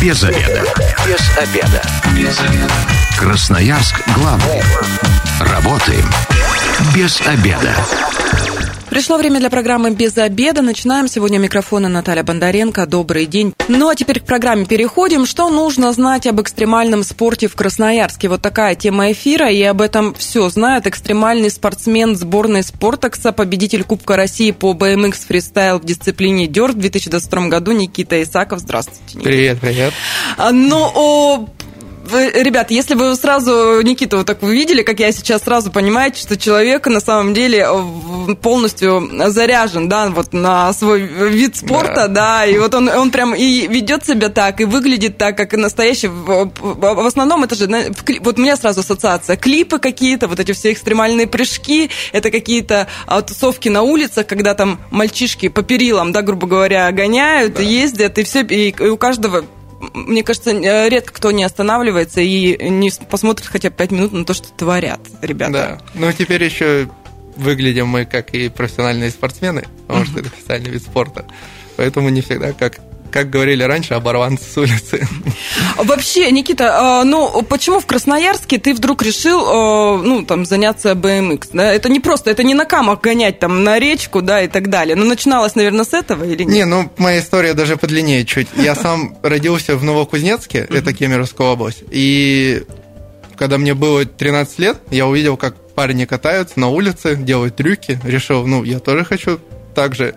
Без обеда. Без обеда. Без обеда. Красноярск главный. Работаем без обеда. Пришло время для программы «Без обеда». Начинаем. Сегодня у микрофона Наталья Бондаренко. Добрый день. Ну, а теперь к программе переходим. Что нужно знать об экстремальном спорте в Красноярске? Вот такая тема эфира, и об этом все знает экстремальный спортсмен сборной Спортекса, победитель Кубка России по BMX фристайл в дисциплине дёрт в 2022 году Никита Исаков. Здравствуйте, Никита. Привет, привет. Ребят, если бы вы сразу Никиту вот так увидели, как я сейчас, сразу понимаете, что человек на самом деле полностью заряжен, да, вот на свой вид спорта, да, и вот он прям и ведет себя так, и выглядит так, как и настоящий. В основном это же, вот у меня сразу ассоциация, клипы какие-то, вот эти все экстремальные прыжки, это какие-то тусовки на улицах, когда там мальчишки по перилам, да, грубо говоря, гоняют, да, ездят, и все, и у каждого... Мне кажется, редко кто не останавливается и не посмотрит хотя бы 5 минут на то, что творят ребята. Да, ну теперь еще выглядим мы как и профессиональные спортсмены, потому что это официальный вид спорта. Поэтому не всегда, как говорили раньше, оборванцы с улицы. Вообще, Никита, ну почему в Красноярске ты вдруг решил, заняться BMX? Да? Это не просто, это не на камах гонять там на речку, да, и так далее. Но начиналось, наверное, с этого или нет? Не, ну моя история даже подлиннее чуть. Я сам родился в Новокузнецке, это Кемеровская область, и когда мне было 13 лет, я увидел, как парни катаются на улице, делают трюки, решил, я тоже хочу так же.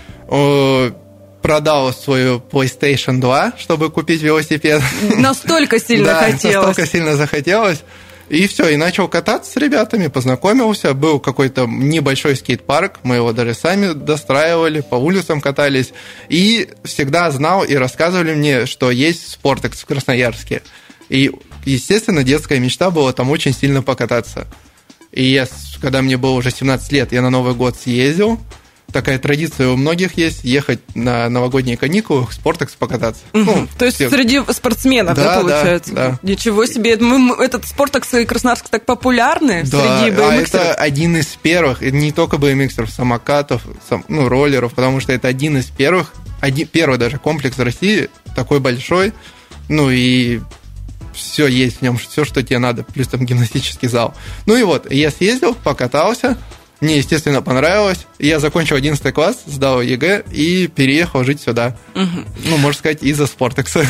Продал свою PlayStation 2, чтобы купить велосипед. Настолько сильно хотелось. Да, настолько сильно захотелось. И все, и начал кататься с ребятами, познакомился. Был какой-то небольшой скейт-парк, мы его даже сами достраивали, по улицам катались. И всегда знал и рассказывали мне, что есть Спортекс в Красноярске. И, естественно, детская мечта была там очень сильно покататься. И когда мне было уже 17 лет, я на Новый год съездил. Такая традиция у многих есть, ехать на новогодние каникулы в Спортекс покататься. То есть среди спортсменов, да, получается? Да. Ничего себе. Этот Спортекс и Красноярск так популярны среди BMX-еров? Да, это один из первых, не только BMX-еров, самокатов, роллеров, потому что это один из первых, первый даже комплекс в России, такой большой, и все есть в нем, все, что тебе надо, плюс там гимнастический зал. Я съездил, покатался. Мне, естественно, понравилось. Я закончил 11 класс, сдал ЕГЭ и переехал жить сюда. Можно сказать, из-за Спортекса.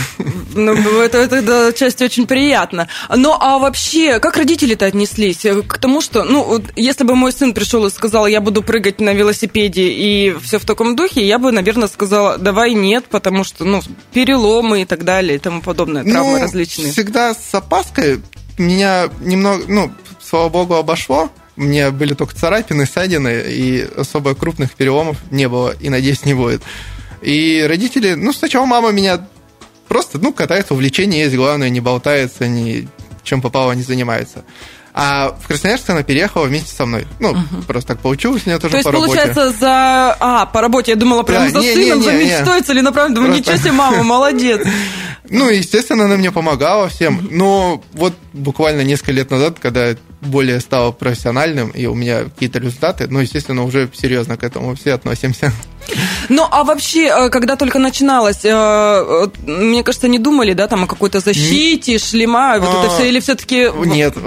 Это часть очень приятно. А вообще, как родители-то отнеслись к тому, что, если бы мой сын пришел и сказал, я буду прыгать на велосипеде и все в таком духе, я бы, наверное, сказала, давай нет, потому что, переломы и так далее и тому подобное, травмы различные. Всегда с опаской. Меня немного, слава богу, обошло. У меня были только царапины, ссадины, и особо крупных переломов не было, и, надеюсь, не будет. И родители, сначала мама меня просто, катается, увлечение есть, главное, не болтается, ни чем попало не занимается. А в Красноярск она переехала вместе со мной. Просто так получилось, у меня тоже по работе. То есть, получается, по работе, я думала, прям за сыном, за мечтой целенаправленно. Думаю, ничего себе, мама, молодец. Естественно, она мне помогала всем. Но вот буквально несколько лет назад, когда более стало профессиональным, и у меня какие-то результаты, естественно, уже серьезно к этому все относимся. А вообще, когда только начиналось, мне кажется, не думали, да, там о какой-то защите, шлема, вот это все, или все-таки... Нет,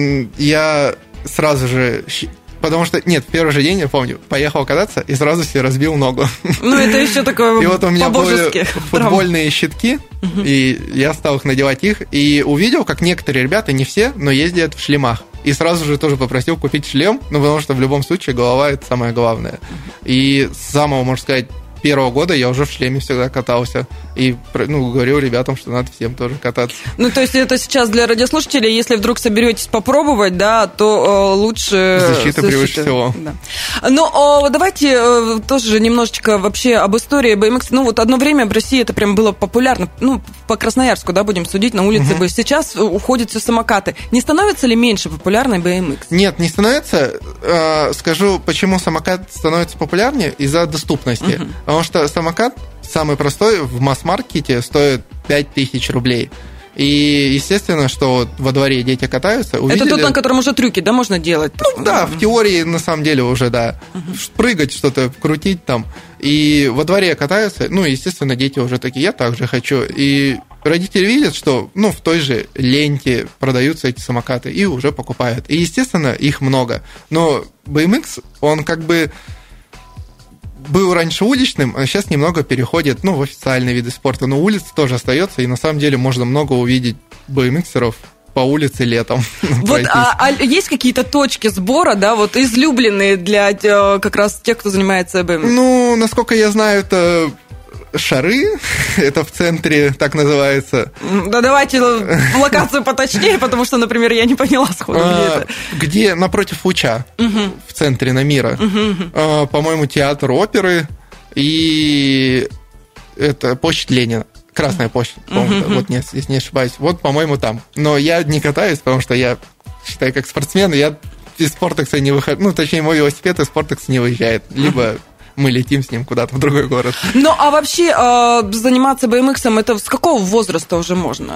я сразу же... Потому что, в первый же день, я помню, поехал кататься и сразу себе разбил ногу. Это еще такое по-божески. И вот у меня были футбольные щитки, и я стал надевать их, и увидел, как некоторые ребята, не все, но ездят в шлемах. И сразу же тоже попросил купить шлем, потому что в любом случае голова – это самое главное. И с самого, можно сказать, первого года я уже в шлеме всегда катался. И говорил ребятам, что надо всем тоже кататься. То есть это сейчас для радиослушателей, если вдруг соберетесь попробовать, да, то лучше... Защита превыше всего. Да. Давайте тоже немножечко вообще об истории BMX. Одно время в России это прям было популярно. По Красноярску, да, будем судить, на улице бы. Сейчас уходят все самокаты. Не становится ли меньше популярной BMX? Нет, не становится. Скажу, почему самокат становится популярнее. Из-за доступности. Потому что самокат самый простой в масс-маркете стоит 5000 рублей. И естественно, что во дворе дети катаются. Увидели... Это тот, на котором уже трюки, да, можно делать? Да, в теории на самом деле уже, да. Прыгать, что-то крутить там. И во дворе катаются. Естественно, дети уже такие, я так же хочу. И родители видят, что в той же ленте продаются эти самокаты и уже покупают. И, естественно, их много. Но BMX, он как бы был раньше уличным, а сейчас немного переходит в официальные виды спорта. Но улица тоже остается, и на самом деле можно много увидеть BMX-еров по улице летом. Вот, а есть какие-то точки сбора, да, вот излюбленные для как раз тех, кто занимается BMX? Насколько я знаю, это шары, это в центре, так называется. Да давайте локацию поточнее, потому что, например, я не поняла сходу, где это. Где напротив Луча, в центре Намира. По-моему, театр оперы и это площадь Ленина. Красная площадь, по-моему, вот нет, если не ошибаюсь. Вот, по-моему, там. Но я не катаюсь, потому что я считаю, как спортсмен, я из Спортекса не выхожу. Точнее, мой велосипед из Спортекса не выезжает. Либо мы летим с ним куда-то в другой город. А вообще заниматься BMX-ом, это с какого возраста уже можно?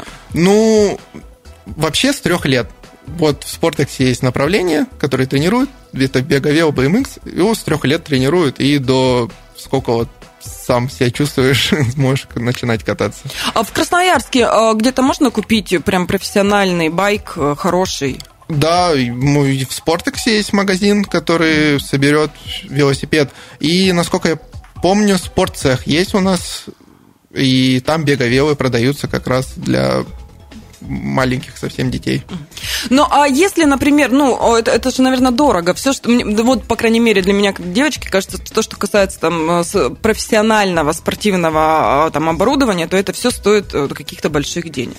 Вообще с 3 лет. Вот в Спортексе есть направление, которое тренируют. Это беговел, BMX. Его с 3 лет тренируют, и до сколько вот сам себя чувствуешь, можешь начинать кататься. А в Красноярске где-то можно купить прям профессиональный байк, хороший? Да, в Спортексе есть магазин, который соберет велосипед. И, насколько я помню, спортцех есть у нас, и там беговелы продаются как раз для маленьких совсем детей. А если, например, это же, наверное, дорого. Все, что вот, по крайней мере, для меня, как девочки, кажется, то, что касается там профессионального спортивного там оборудования, то это все стоит каких-то больших денег.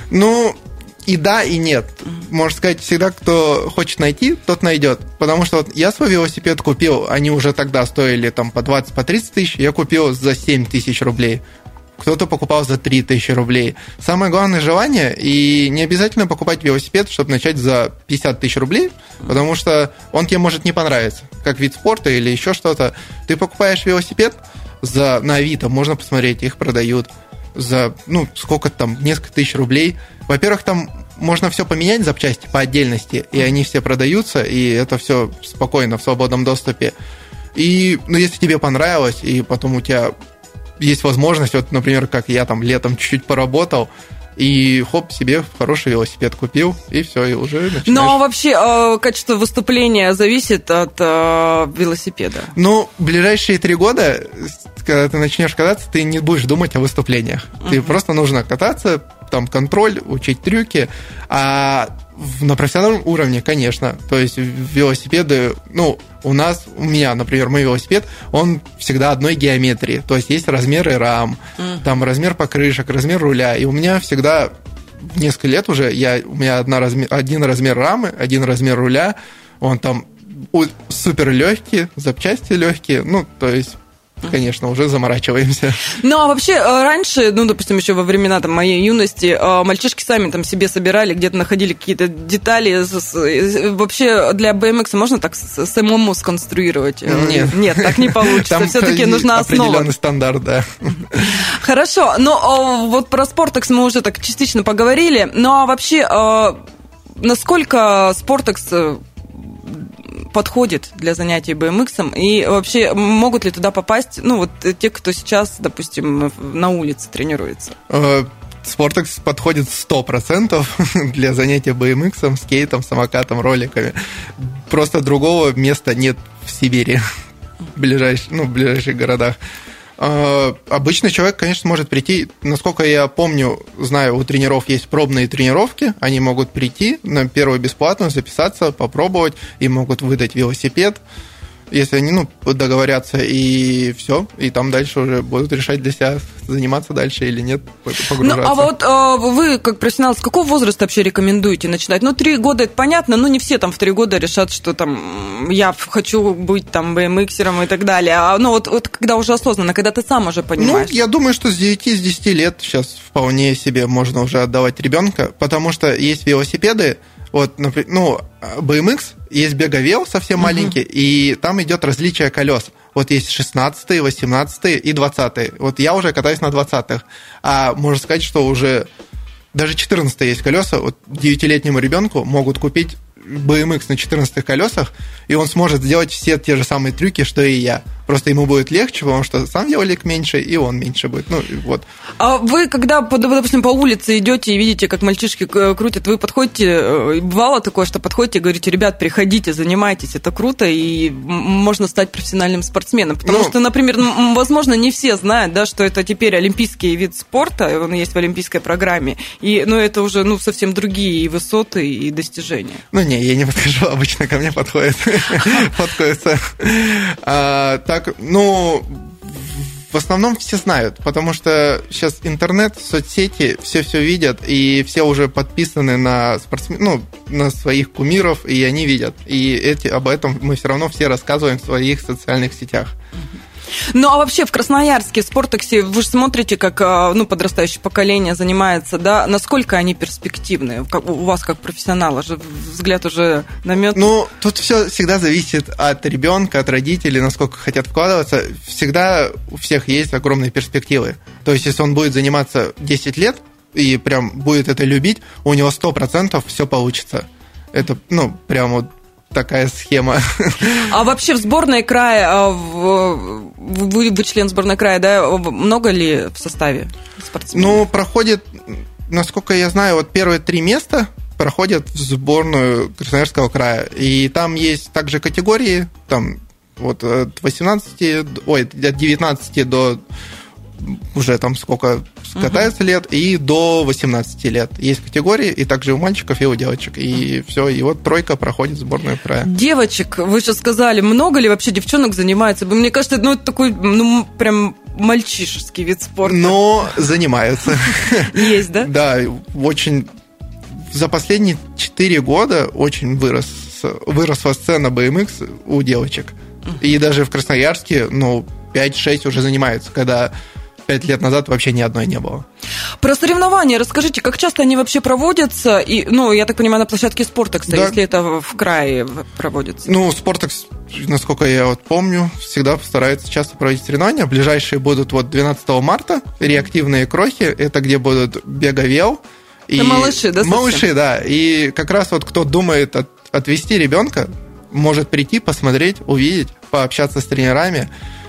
И да, и нет. Можно сказать, всегда, кто хочет найти, тот найдет. Потому что вот я свой велосипед купил, они уже тогда стоили там по 20-30 тысяч, я купил за 7 тысяч рублей. Кто-то покупал за 3 тысячи рублей. Самое главное желание, и не обязательно покупать велосипед, чтобы начать за 50 тысяч рублей, потому что он тебе может не понравиться, как вид спорта или еще что-то. Ты покупаешь велосипед, на Авито можно посмотреть, их продают за, сколько там, несколько тысяч рублей. Во-первых, там можно все поменять, запчасти по отдельности, и они все продаются, и это все спокойно, в свободном доступе. И, если тебе понравилось, и потом у тебя есть возможность, вот, например, как я там летом чуть-чуть поработал, и себе хороший велосипед купил, и все, и уже начинаешь. А вообще качество выступления зависит от велосипеда? В ближайшие 3 года, когда ты начнешь кататься, ты не будешь думать о выступлениях. Тебе просто нужно кататься, там контроль, учить трюки, а на профессиональном уровне, конечно. То есть велосипеды, у меня, например, мой велосипед, он всегда одной геометрии. То есть есть размеры рам, там размер покрышек, размер руля. И у меня всегда несколько лет уже у меня один размер рамы, один размер руля. Он там супер легкий, запчасти легкие. То есть конечно, уже заморачиваемся. А вообще раньше, допустим, еще во времена моей юности, мальчишки сами там себе собирали, где-то находили какие-то детали. Вообще для BMX можно так самому сконструировать? Нет, так не получится. Там все-таки нужна основа. Определенный стандарт, да. Хорошо, вот про Спортекс мы уже так частично поговорили. А вообще, насколько Спортекс подходит для занятий BMX, и вообще могут ли туда попасть, те, кто сейчас, допустим, на улице тренируется? Спортекс подходит 100% для занятия BMX, скейтом, самокатом, роликами. Просто другого места нет в Сибири, в ближайших городах. Обычный человек, конечно, может прийти, насколько я помню, знаю, у тренеров есть пробные тренировки, они могут прийти на первую бесплатную, записаться, попробовать, им могут выдать велосипед, если они договорятся, и все, и там дальше уже будут решать для себя, заниматься дальше или нет, погружаться. А вот вы, как профессионал, с какого возраста вообще рекомендуете начинать? 3 года, это понятно, но не все там в 3 года решат, что там я хочу быть там BMX-ером и так далее. Вот когда уже осознанно, когда ты сам уже понимаешь. Я думаю, что с 9-10 лет сейчас вполне себе можно уже отдавать ребенка, потому что есть велосипеды. Вот, например, BMX, есть беговел совсем маленький, и там идет различие колес. Вот есть 16-е, 18-е и 20-е. Вот я уже катаюсь на 20-х. А можно сказать, что уже даже 14-е есть колеса. Вот 9-летнему ребенку могут купить BMX на 14 колесах, и он сможет сделать все те же самые трюки, что и я. Просто ему будет легче, потому что сам велик меньше, и он меньше будет. Ну, вот. А вы, когда, допустим, по улице идете и видите, как мальчишки крутят, вы подходите, бывало такое, что подходите и говорите: ребят, приходите, занимайтесь, это круто, и можно стать профессиональным спортсменом. Потому что, например, возможно, не все знают, да, что это теперь олимпийский вид спорта, он есть в олимпийской программе, и, ну, это уже, ну, совсем другие и высоты, и достижения. Ну, не, я не подхожу, обычно ко мне подходят, фоткаются. Так, ну, в основном все знают, потому что сейчас интернет, соцсети, все видят, и все уже подписаны на на своих кумиров, и они видят. И об этом мы все равно все рассказываем в своих социальных сетях. Ну, а вообще в Красноярске, в Спортексе, вы же смотрите, как, ну, подрастающее поколение занимается, да? Насколько они перспективны? У вас, как профессионала, же взгляд уже наметан? Ну, тут все всегда зависит от ребенка, от родителей, насколько хотят вкладываться. Всегда у всех есть огромные перспективы. То есть, если он будет заниматься 10 лет и прям будет это любить, у него 100% все получится. Это, ну, прям вот такая схема. А вообще в сборной края, вы член сборной края, да, много ли в составе спортсменов? Ну, проходит, насколько я знаю, вот первые 3 места проходят в сборную Красноярского края. И там есть также категории, там вот от 19 до уже там сколько катается лет, и до 18 лет. Есть категории, и также у мальчиков, и у девочек. И все, и вот 3 проходит в сборную края. Девочек, вы же сказали, много ли вообще девчонок занимается? Мне кажется, ну, это такой, ну, прям мальчишеский вид спорта. Но занимаются. Есть, да? Да, очень... За последние 4 года очень выросла сцена BMX у девочек. И даже в Красноярске, ну, 5-6 уже занимаются, когда 5 лет назад вообще ни одной не было. Про соревнования расскажите, как часто они вообще проводятся? И, ну, я так понимаю, на площадке Спортекса, да. Если это в крае проводится. Ну, Спортекс, насколько я вот помню, всегда старается часто проводить соревнования. Ближайшие будут вот 12 марта, реактивные крохи, это где будут беговел. Это малыши, да? Малыши, да. И как раз вот кто думает отвезти ребенка, может прийти, посмотреть, увидеть, пообщаться с тренерами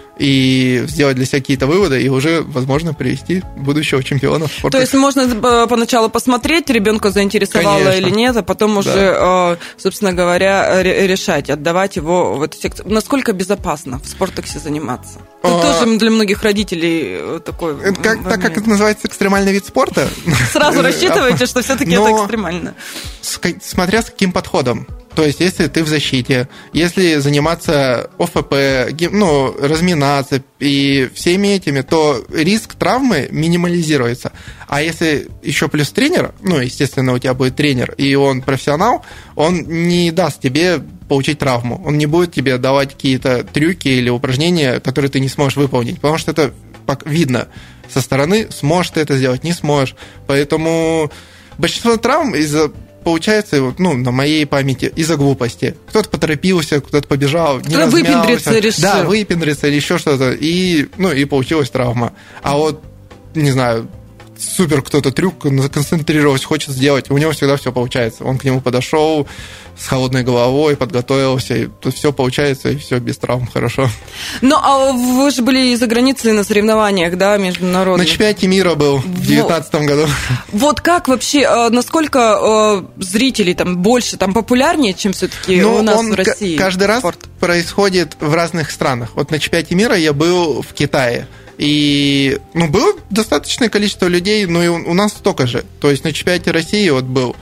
и сделать для себя какие-то выводы, и уже, возможно, привести будущего чемпиона в спорте. То есть можно поначалу посмотреть, ребенка заинтересовало, конечно, или нет, а потом уже, собственно говоря, решать, отдавать его в эту секцию. Насколько безопасно в Спортексе заниматься? Тут тоже для многих родителей такой... Так как это называется, экстремальный вид спорта. Сразу рассчитываете, что все-таки это экстремально. Смотря с каким подходом. То есть, если ты в защите, если заниматься ОФП, ну, разминаться и всеми этими, то риск травмы минимализируется. А если еще плюс тренер, ну, естественно, у тебя будет тренер, и он профессионал, он не даст тебе получить травму. Он не будет тебе давать какие-то трюки или упражнения, которые ты не сможешь выполнить, потому что это видно со стороны, сможешь ты это сделать, не сможешь. Поэтому большинство травм получается, ну, на моей памяти, из-за глупости. Кто-то поторопился, кто-то побежал, не размялся. Выпендриться решил. Да, выпендриться или еще что-то. И получилась травма. А вот, не знаю, супер кто-то трюк концентрировался, хочет сделать, у него всегда все получается. Он к нему подошел с холодной головой, подготовился, и тут все получается, и все без травм хорошо. Ну, а вы же были и за границей на соревнованиях, да, международных? На чемпионате мира был в 2019 году. Вот как вообще, насколько зрителей там больше, там популярнее, чем все-таки у нас в России? Каждый раз происходит в разных странах. Вот на чемпионате мира я был в Китае. И, ну, было достаточное количество людей, но и у нас столько же. То есть на чемпионате России вот был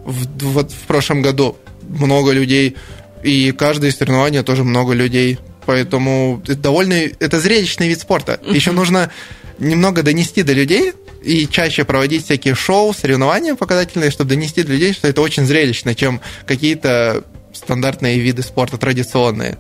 в прошлом году много людей, и каждое соревнование тоже много людей. Поэтому это зрелищный вид спорта. Еще нужно немного донести до людей и чаще проводить всякие шоу, соревнования показательные, чтобы донести до людей, что это очень зрелищно, чем какие-то стандартные виды спорта, традиционные.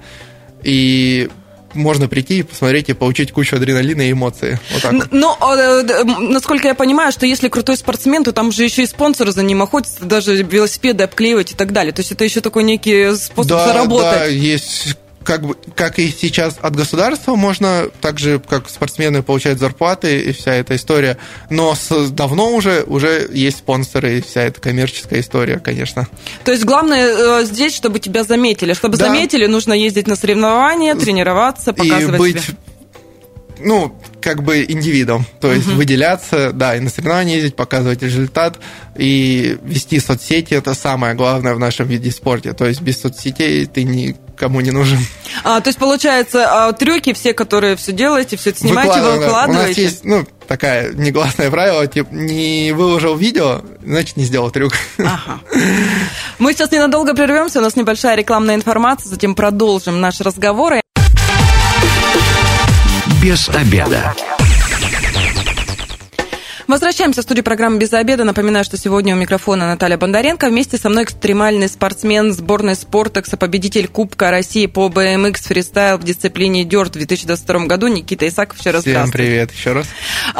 И можно прийти и посмотреть и получить кучу адреналина и эмоций. Вот так вот. Ну, насколько я понимаю, что если крутой спортсмен, то там же еще и спонсоры за ним охотятся, даже велосипеды обклеивать и так далее. То есть это еще такой некий способ заработать. Да, есть как и сейчас от государства можно, так же, как спортсмены получают зарплаты и вся эта история, но давно уже есть спонсоры и вся эта коммерческая история, конечно. То есть главное здесь, чтобы тебя заметили. Чтобы заметили, нужно ездить на соревнования, тренироваться, показывать и быть, себя. Индивидом, то есть выделяться, и на соревнования ездить, показывать результат и вести соцсети, это самое главное в нашем виде спорта, то есть без соцсетей ты никому не нужен. То есть, получается, трюки все, которые все делаете, все это снимаете, вы выкладываете? У нас есть, такая негласное правило, не выложил видео, значит, не сделал трюк. Ага. Мы сейчас ненадолго прервемся, у нас небольшая рекламная информация, затем продолжим наш разговор. Без обеда. Возвращаемся в студию программы «Без обеда». Напоминаю, что сегодня у микрофона Наталья Бондаренко. Вместе со мной экстремальный спортсмен сборной Спортекса, победитель Кубка России по BMX фристайл в дисциплине дёрт в 2022 году Никита Исаков. Еще раз здравствуйте. Всем привет еще раз.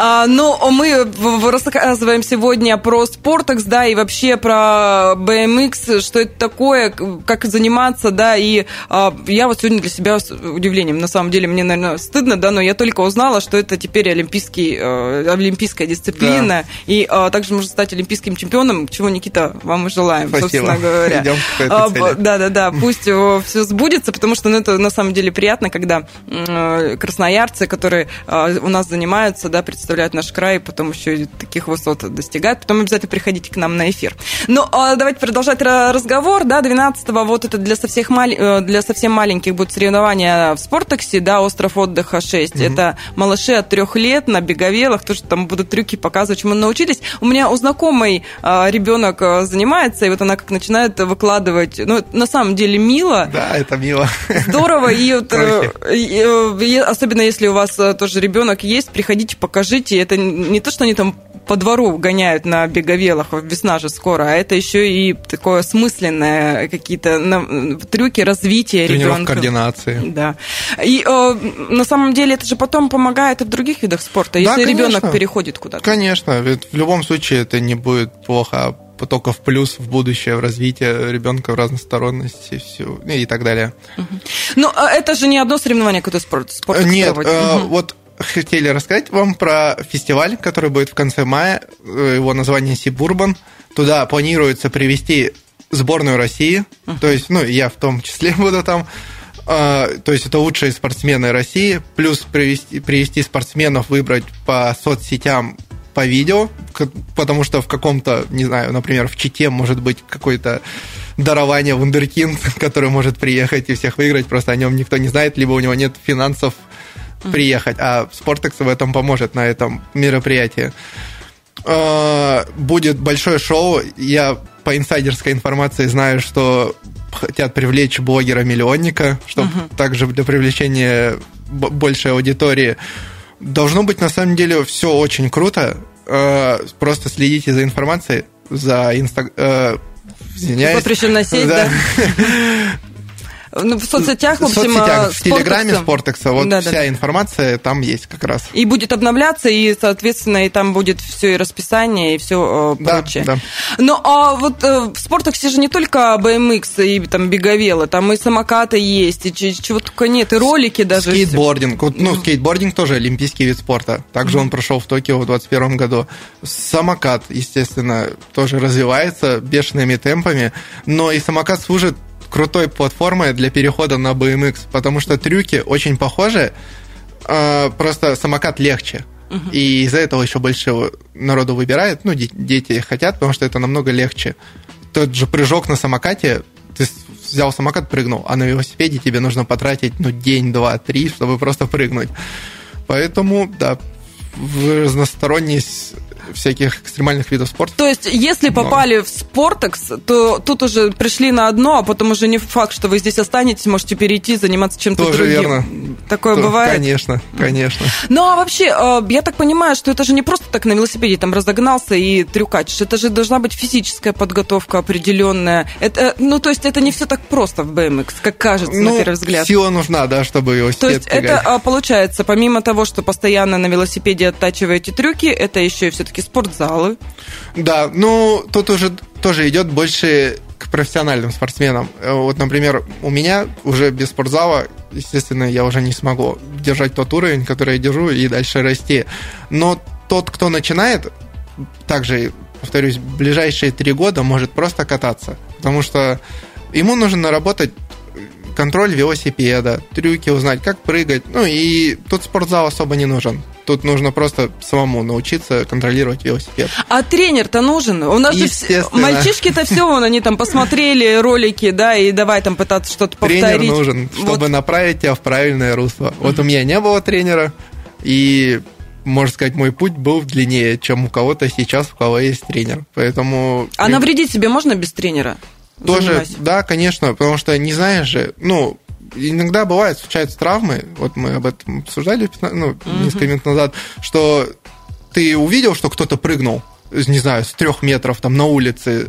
Мы рассказываем сегодня про Спортекс, и вообще про BMX, что это такое, как заниматься, и я вот сегодня для себя с удивлением, на самом деле, мне, наверное, стыдно, но я только узнала, что это теперь олимпийская дисциплина. И также можно стать олимпийским чемпионом, чего, Никита, вам и желаем, спасибо. Собственно говоря. Идем к этой цели. Да, пусть все сбудется, потому что это на самом деле приятно, когда красноярцы, которые у нас занимаются, представляют наш край, потом еще и таких высот достигают. Потом обязательно приходите к нам на эфир. Давайте продолжать разговор. 12-го вот это для совсем маленьких будет соревнования в Спортексе, остров отдыха 6. Это малыши от 3 лет на беговелах, тоже там будут трюки показывать, чему научились. У меня у знакомой ребенок занимается, и вот она как начинает выкладывать. На самом деле мило. Да, это мило. Здорово. И особенно если у вас тоже ребенок есть, приходите, покажите. Это не то, что они там по двору гоняют на беговелах, весна же скоро, а это еще и такое осмысленное какие-то трюки развития ребенка. Тренировка координации. Да. И на самом деле это же потом помогает и в других видах спорта, если ребенок переходит куда-то. Конечно, ведь в любом случае это не будет плохо, а только в плюс в будущее, в развитие ребенка в разносторонности и так далее. Это же не одно соревнование, какой-то спорт. Нет, вот хотели рассказать вам про фестиваль, который будет в конце мая, его название Сибурбан. Туда планируется привезти сборную России, то есть, я в том числе буду там. То есть это лучшие спортсмены России, плюс привести спортсменов, выбрать по соцсетям, по видео, потому что в каком-то, не знаю, например, в Чите может быть какое-то дарование вундеркинд, который может приехать и всех выиграть, просто о нем никто не знает, либо у него нет финансов приехать, а Спортекс в этом поможет, на этом мероприятии. Будет большое шоу, я по инсайдерской информации знаю, что хотят привлечь блогера-миллионника, чтобы также для привлечения большей аудитории. Должно быть, на самом деле, все очень круто. Просто следите за информацией, за извиняюсь. Запрещенная сеть, да? В соцсетях, в общем, в Телеграме Спортекса, вся информация там есть как раз. И будет обновляться, и, соответственно, и там будет все и расписание, и все прочее. Да. А вот в Спортексе же не только BMX и там беговелы, там и самокаты есть, и чего только нет, и ролики даже. Скейтбординг. Скейтбординг тоже олимпийский вид спорта. Также он прошел в Токио в 2021 году. Самокат, естественно, тоже развивается бешеными темпами, но и самокат служит крутой платформой для перехода на BMX, потому что трюки очень похожи, просто самокат легче. И из-за этого еще больше народу выбирает, дети хотят, потому что это намного легче. Тот же прыжок на самокате, ты взял самокат, прыгнул, а на велосипеде тебе нужно потратить день, 2, 3, чтобы просто прыгнуть. Поэтому, в разносторонность всяких экстремальных видов спорта. То есть, если попали в Спортекс, то тут уже пришли на одно, а потом уже не факт, что вы здесь останетесь, можете перейти, заниматься чем-то тоже другим. Верно. Такое бывает? Конечно. А вообще, я так понимаю, что это же не просто так на велосипеде там разогнался и трюкачишь. Это же должна быть физическая подготовка определенная. То есть, это не все так просто в BMX, как кажется, на первый взгляд. Сила нужна, чтобы велосипед То есть, тягать. это получается, помимо того, что постоянно на велосипеде оттачиваете трюки, это еще и все-таки спортзалы. Да, тут уже тоже идет больше к профессиональным спортсменам. Вот, например, у меня уже без спортзала, естественно, я уже не смогу держать тот уровень, который я держу, и дальше расти. Но тот, кто начинает, также, повторюсь, в ближайшие 3 года может просто кататься, потому что ему нужно наработать контроль велосипеда, трюки узнать, как прыгать. Ну и тут спортзал особо не нужен. Тут нужно просто самому научиться контролировать велосипед. А тренер-то нужен? У нас же мальчишки-то все, они там посмотрели ролики, да, и давай там пытаться что-то повторить. Тренер нужен, чтобы направить тебя в правильное русло. Вот у меня не было тренера, и, можно сказать, мой путь был длиннее, чем у кого-то сейчас, у кого есть тренер. Поэтому... А навредить себе можно без тренера? Тоже, занимайся? Да, конечно, потому что не знаешь же, иногда бывает, случаются травмы, вот мы об этом обсуждали несколько минут назад, что ты увидел, что кто-то прыгнул, не знаю, с 3 метров там на улице,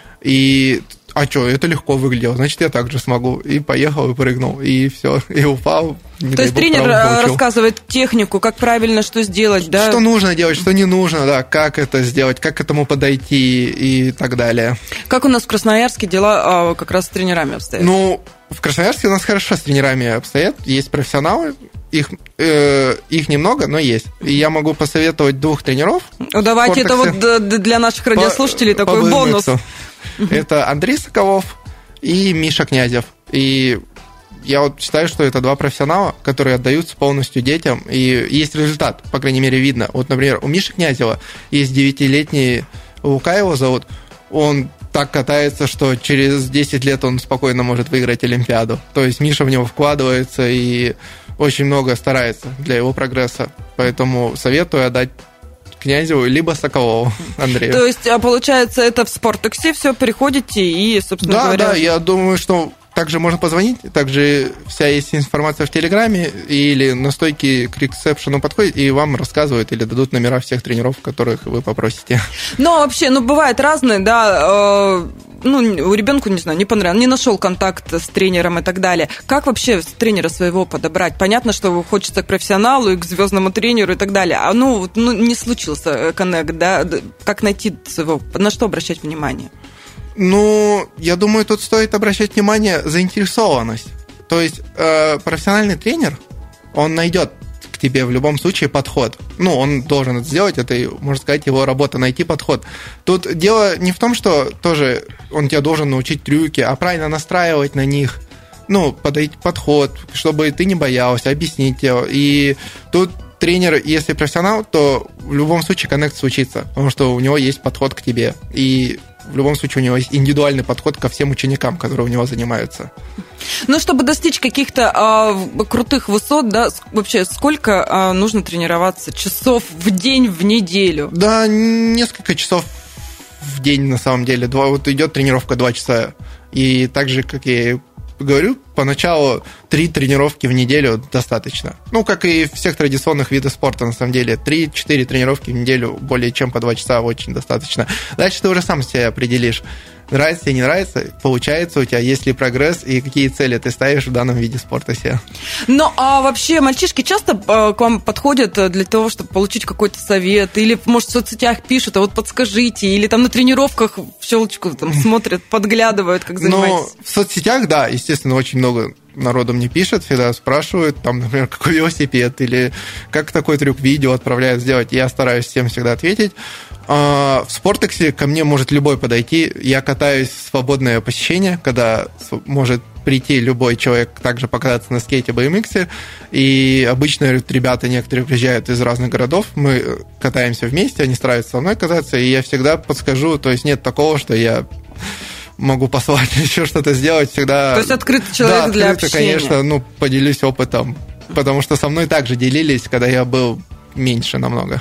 и а что, это легко выглядело, значит, я так же смогу. И поехал, и прыгнул, и все, и упал. То есть тренер рассказывает технику, как правильно что сделать, да? Что нужно делать, что не нужно, да, как это сделать, как к этому подойти и так далее. Как у нас в Красноярске дела как раз с тренерами обстоят? В Красноярске у нас хорошо с тренерами обстоят, есть профессионалы, их немного, но есть. И я могу посоветовать 2 тренеров. Давайте, это вот для наших радиослушателей такой бонус. Это Андрей Соколов и Миша Князев. И я вот считаю, что это 2 профессионала, которые отдаются полностью детям, и есть результат, по крайней мере, видно. Вот, например, у Миши Князева есть 9-летний, Лука его зовут, он так катается, что через 10 лет он спокойно может выиграть Олимпиаду. То есть Миша в него вкладывается и очень много старается для его прогресса. Поэтому советую отдать Князеву либо Соколову Андрею. То есть, получается, это в Спортексе все приходите и, собственно говоря... Да, я думаю, что также можно позвонить, также вся есть информация в Телеграме, или на стойке к ресепшену подходит, и вам рассказывают или дадут номера всех тренеров, которых вы попросите. Ну, вообще, бывает разное, да, у ребенка, не знаю, не понравилось, не нашел контакт с тренером и так далее. Как вообще тренера своего подобрать? Понятно, что хочется к профессионалу и к звездному тренеру и так далее. А не случился коннект, да? Как найти своего? На что обращать внимание? Я думаю, тут стоит обращать внимание заинтересованность. То есть профессиональный тренер, он найдет к тебе в любом случае подход. Он должен это сделать, это, можно сказать, его работа, найти подход. Тут дело не в том, что тоже он тебя должен научить трюки, а правильно настраивать на них, подойти подход, чтобы ты не боялся, объяснить его. И тут тренер, если профессионал, то в любом случае коннект случится, потому что у него есть подход к тебе. И в любом случае у него есть индивидуальный подход ко всем ученикам, которые у него занимаются. Чтобы достичь каких-то крутых высот, да, вообще сколько нужно тренироваться? Часов в день, в неделю? Да, несколько часов в день, на самом деле. Вот идет тренировка 2 часа. И так же, как я и говорю, поначалу 3 тренировки в неделю достаточно. Как и всех традиционных видов спорта, на самом деле. 3-4 тренировки в неделю более чем по 2 часа очень достаточно. Дальше ты уже сам себе определишь, нравится или не нравится, получается у тебя, есть ли прогресс и какие цели ты ставишь в данном виде спорта себе. А вообще мальчишки часто к вам подходят для того, чтобы получить какой-то совет? Или, может, в соцсетях пишут, а вот подскажите, или там на тренировках в щелочку смотрят, подглядывают, как занимаетесь? В соцсетях, да, естественно, очень много народу мне пишет, всегда спрашивают, например, какой велосипед, или как такой трюк, видео отправляют сделать. Я стараюсь всем всегда ответить. В Спортексе ко мне может любой подойти. Я катаюсь в свободное посещение, когда может прийти любой человек также покататься на скейте, BMX. И обычно ребята некоторые приезжают из разных городов. Мы катаемся вместе, они стараются со мной кататься, и я всегда подскажу. То есть нет такого, что я могу послать еще что-то сделать. Всегда... То есть открытый человек для общения. Конечно, поделюсь опытом. Потому что со мной также делились, когда я был меньше намного.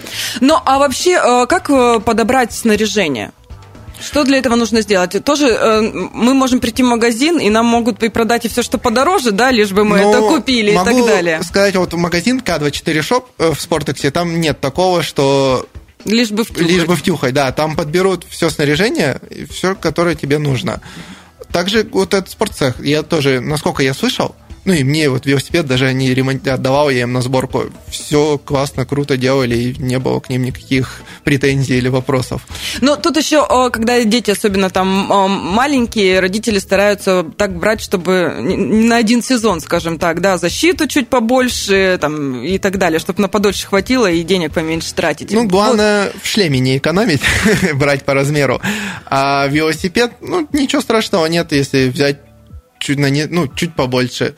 А вообще, как подобрать снаряжение? Что для этого нужно сделать? Тоже мы можем прийти в магазин, и нам могут продать и все, что подороже, да, лишь бы мы это купили и так далее. Могу сказать, вот магазин К24 Shop в Спортексе, там нет такого, что... Лишь бы втюхать, да. Там подберут все снаряжение, все, которое тебе нужно. Также вот этот спортцех, я тоже, насколько я слышал, Ну, и мне вот велосипед даже не отдавал я им на сборку. Все классно, круто делали, и не было к ним никаких претензий или вопросов. Ну, тут еще, когда дети, особенно там маленькие, родители стараются так брать, чтобы не на один сезон, скажем так, да, защиту чуть побольше там, и так далее, чтобы на подольше хватило и денег поменьше тратить. Ну, главное в шлеме не экономить, брать по размеру. А велосипед, ну, ничего страшного нет, если взять чуть побольше.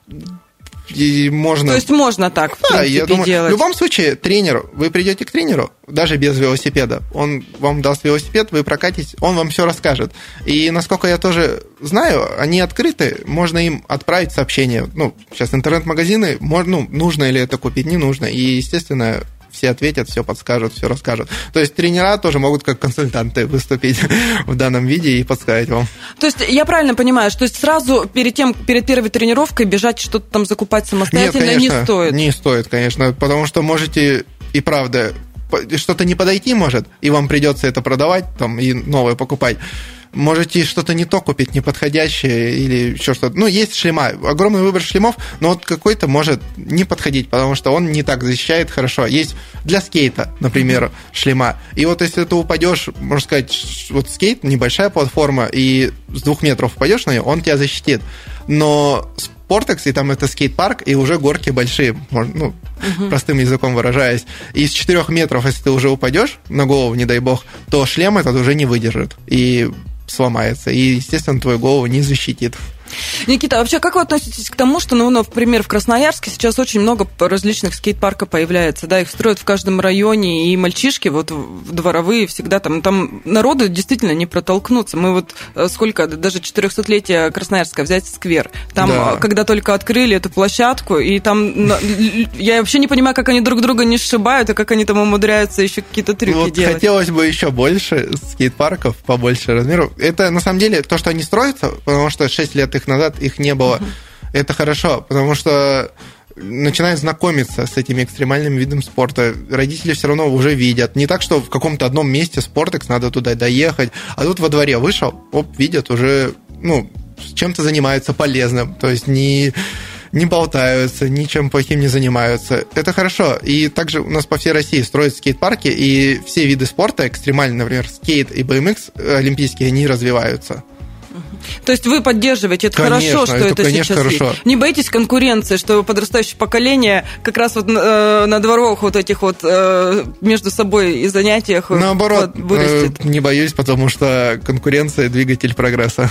И можно... То есть можно так, в принципе, я думаю, делать. В любом случае, вы придете к тренеру, даже без велосипеда, он вам даст велосипед, вы прокатитесь, он вам все расскажет. И, насколько я тоже знаю, они открыты, можно им отправить сообщение. Ну, сейчас интернет-магазины, нужно ли это купить, не нужно. И, естественно, все ответят, все подскажут, все расскажут. То есть тренера тоже могут как консультанты выступить в данном виде и подсказать вам. То есть я правильно понимаю, что сразу перед первой тренировкой бежать что-то там закупать самостоятельно? Нет, конечно, не стоит? Не стоит, конечно, потому что можете и правда что-то не подойти может, и вам придется это продавать там, и новое покупать. Можете что-то не то купить, неподходящее или еще что-то. Ну, есть шлема, огромный выбор шлемов, но вот какой-то может не подходить, потому что он не так защищает хорошо. Есть для скейта, например, шлема. И вот если ты упадешь, можно сказать, вот скейт, небольшая платформа, и с 2 метров упадешь на нее, он тебя защитит. Но Sportex, и там это скейт-парк, и уже горки большие, простым языком выражаясь. И с 4 метров, если ты уже упадешь на голову, не дай бог, то шлем этот уже не выдержит и сломается. И, естественно, твою голову не защитит. Никита, а вообще как вы относитесь к тому, что, например, в Красноярске сейчас очень много различных скейт-парков появляется, да, их строят в каждом районе, и мальчишки вот дворовые всегда там народу действительно не протолкнуться. Мы вот сколько, даже 400-летие Красноярска взять сквер, там, да. Когда только открыли эту площадку, и там, я вообще не понимаю, как они друг друга не сшибают, и как они там умудряются еще какие-то трюки делать. Хотелось бы еще больше скейт-парков, побольше размеру. Это, на самом деле, то, что они строятся, потому что 6 лет назад их не было. Это хорошо, потому что начинают знакомиться с этими экстремальными видами спорта. Родители все равно уже видят. Не так, что в каком-то одном месте Sportex, надо туда доехать, а тут во дворе вышел, видят уже, чем-то занимаются полезным. То есть не болтаются, ничем плохим не занимаются. Это хорошо. И также у нас по всей России строят скейт-парки, и все виды спорта, экстремальные, например, скейт и BMX олимпийские, они развиваются. То есть вы поддерживаете, это конечно, хорошо, что это сейчас хорошо. есть. Не боитесь конкуренции, что подрастающее поколение как раз вот на дворовых вот этих вот между собой и занятиях наоборот, вырастет? Не боюсь, потому что конкуренция – двигатель прогресса.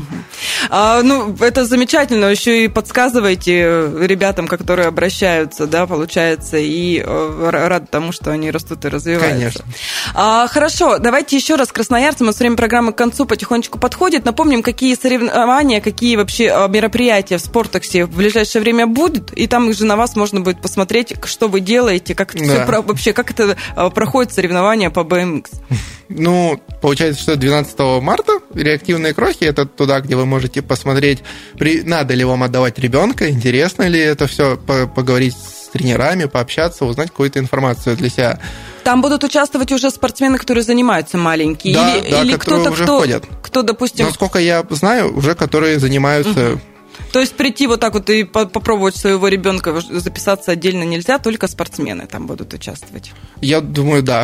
Это замечательно, еще и подсказывайте ребятам, которые обращаются, да, получается, и рад тому, что они растут и развиваются. Конечно. Хорошо, давайте еще раз красноярцам, у нас время программы к концу потихонечку подходит. Напомним, какие соревнования, какие вообще мероприятия в Sportex в ближайшее время будут, и там же на вас можно будет посмотреть, что вы делаете, как это вообще, как это проходит соревнования по BMX. Получается, что 12 марта реактивные крохи – это туда, где вы можете посмотреть, надо ли вам отдавать ребенка, интересно ли это все, поговорить с тренерами, пообщаться, узнать какую-то информацию для себя. Там будут участвовать уже спортсмены, которые занимаются маленькие? Или которые уже ходят. Кто, допустим... Насколько я знаю, уже которые занимаются... То есть прийти вот так вот и попробовать своего ребенка записаться отдельно нельзя, только спортсмены там будут участвовать? Я думаю, да.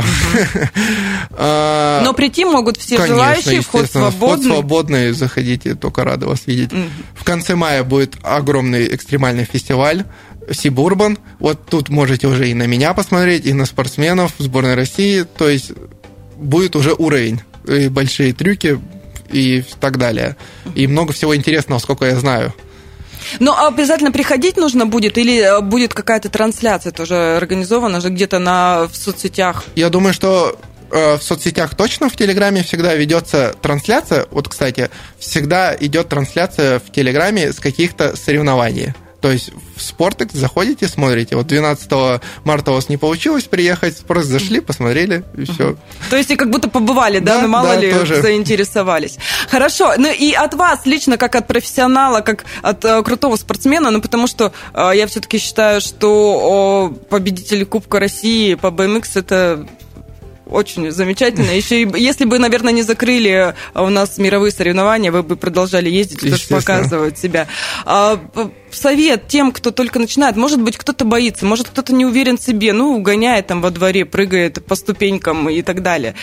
Но прийти могут все желающие, вход свободный. Вход свободный, заходите, только рада вас видеть. В конце мая будет огромный экстремальный фестиваль Сибурбан. Вот тут можете уже и на меня посмотреть, и на спортсменов сборной России. То есть будет уже уровень, и большие трюки и так далее. И много всего интересного, сколько я знаю. Но обязательно приходить нужно будет, или будет какая-то трансляция тоже организована же где-то в соцсетях? Я думаю, что в соцсетях точно, в Телеграме всегда ведется трансляция. Вот, кстати, всегда идет трансляция в Телеграме с каких-то соревнований. То есть в Sportex заходите, смотрите. Вот 12 марта у вас не получилось приехать, просто зашли, посмотрели, и все. То есть и как будто побывали, да? Ну, мало ли, тоже заинтересовались. Хорошо. И от вас лично, как от профессионала, как от крутого спортсмена, потому что я все-таки считаю, что победитель Кубка России по BMX – это очень замечательно. Еще и если бы, наверное, не закрыли у нас мировые соревнования, вы бы продолжали ездить, тоже показывать себя. Совет тем, кто только начинает. Может быть, кто-то боится, может, кто-то не уверен в себе, гоняет там во дворе, прыгает по ступенькам и так далее.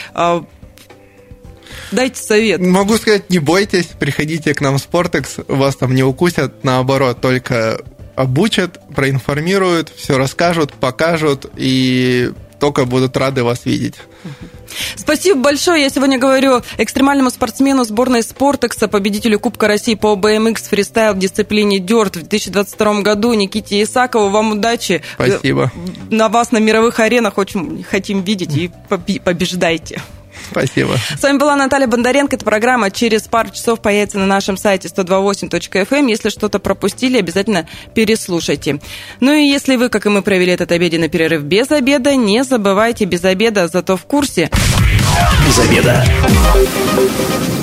Дайте совет. Могу сказать, не бойтесь, приходите к нам в Спортекс, вас там не укусят, наоборот, только обучат, проинформируют, все расскажут, покажут и только будут рады вас видеть. Спасибо большое. Я сегодня говорю экстремальному спортсмену сборной Спортекса, победителю Кубка России по BMX фристайл в дисциплине дёрт в 2022 году Никите Исакову. Вам удачи. Спасибо. На вас на мировых аренах очень хотим видеть и побеждайте. Спасибо. С вами была Наталья Бондаренко. Эта программа через пару часов появится на нашем сайте 128.fm. Если что-то пропустили, обязательно переслушайте. Ну и если вы, как и мы, провели этот обеденный перерыв без обеда, не забывайте без обеда, зато в курсе. Без обеда.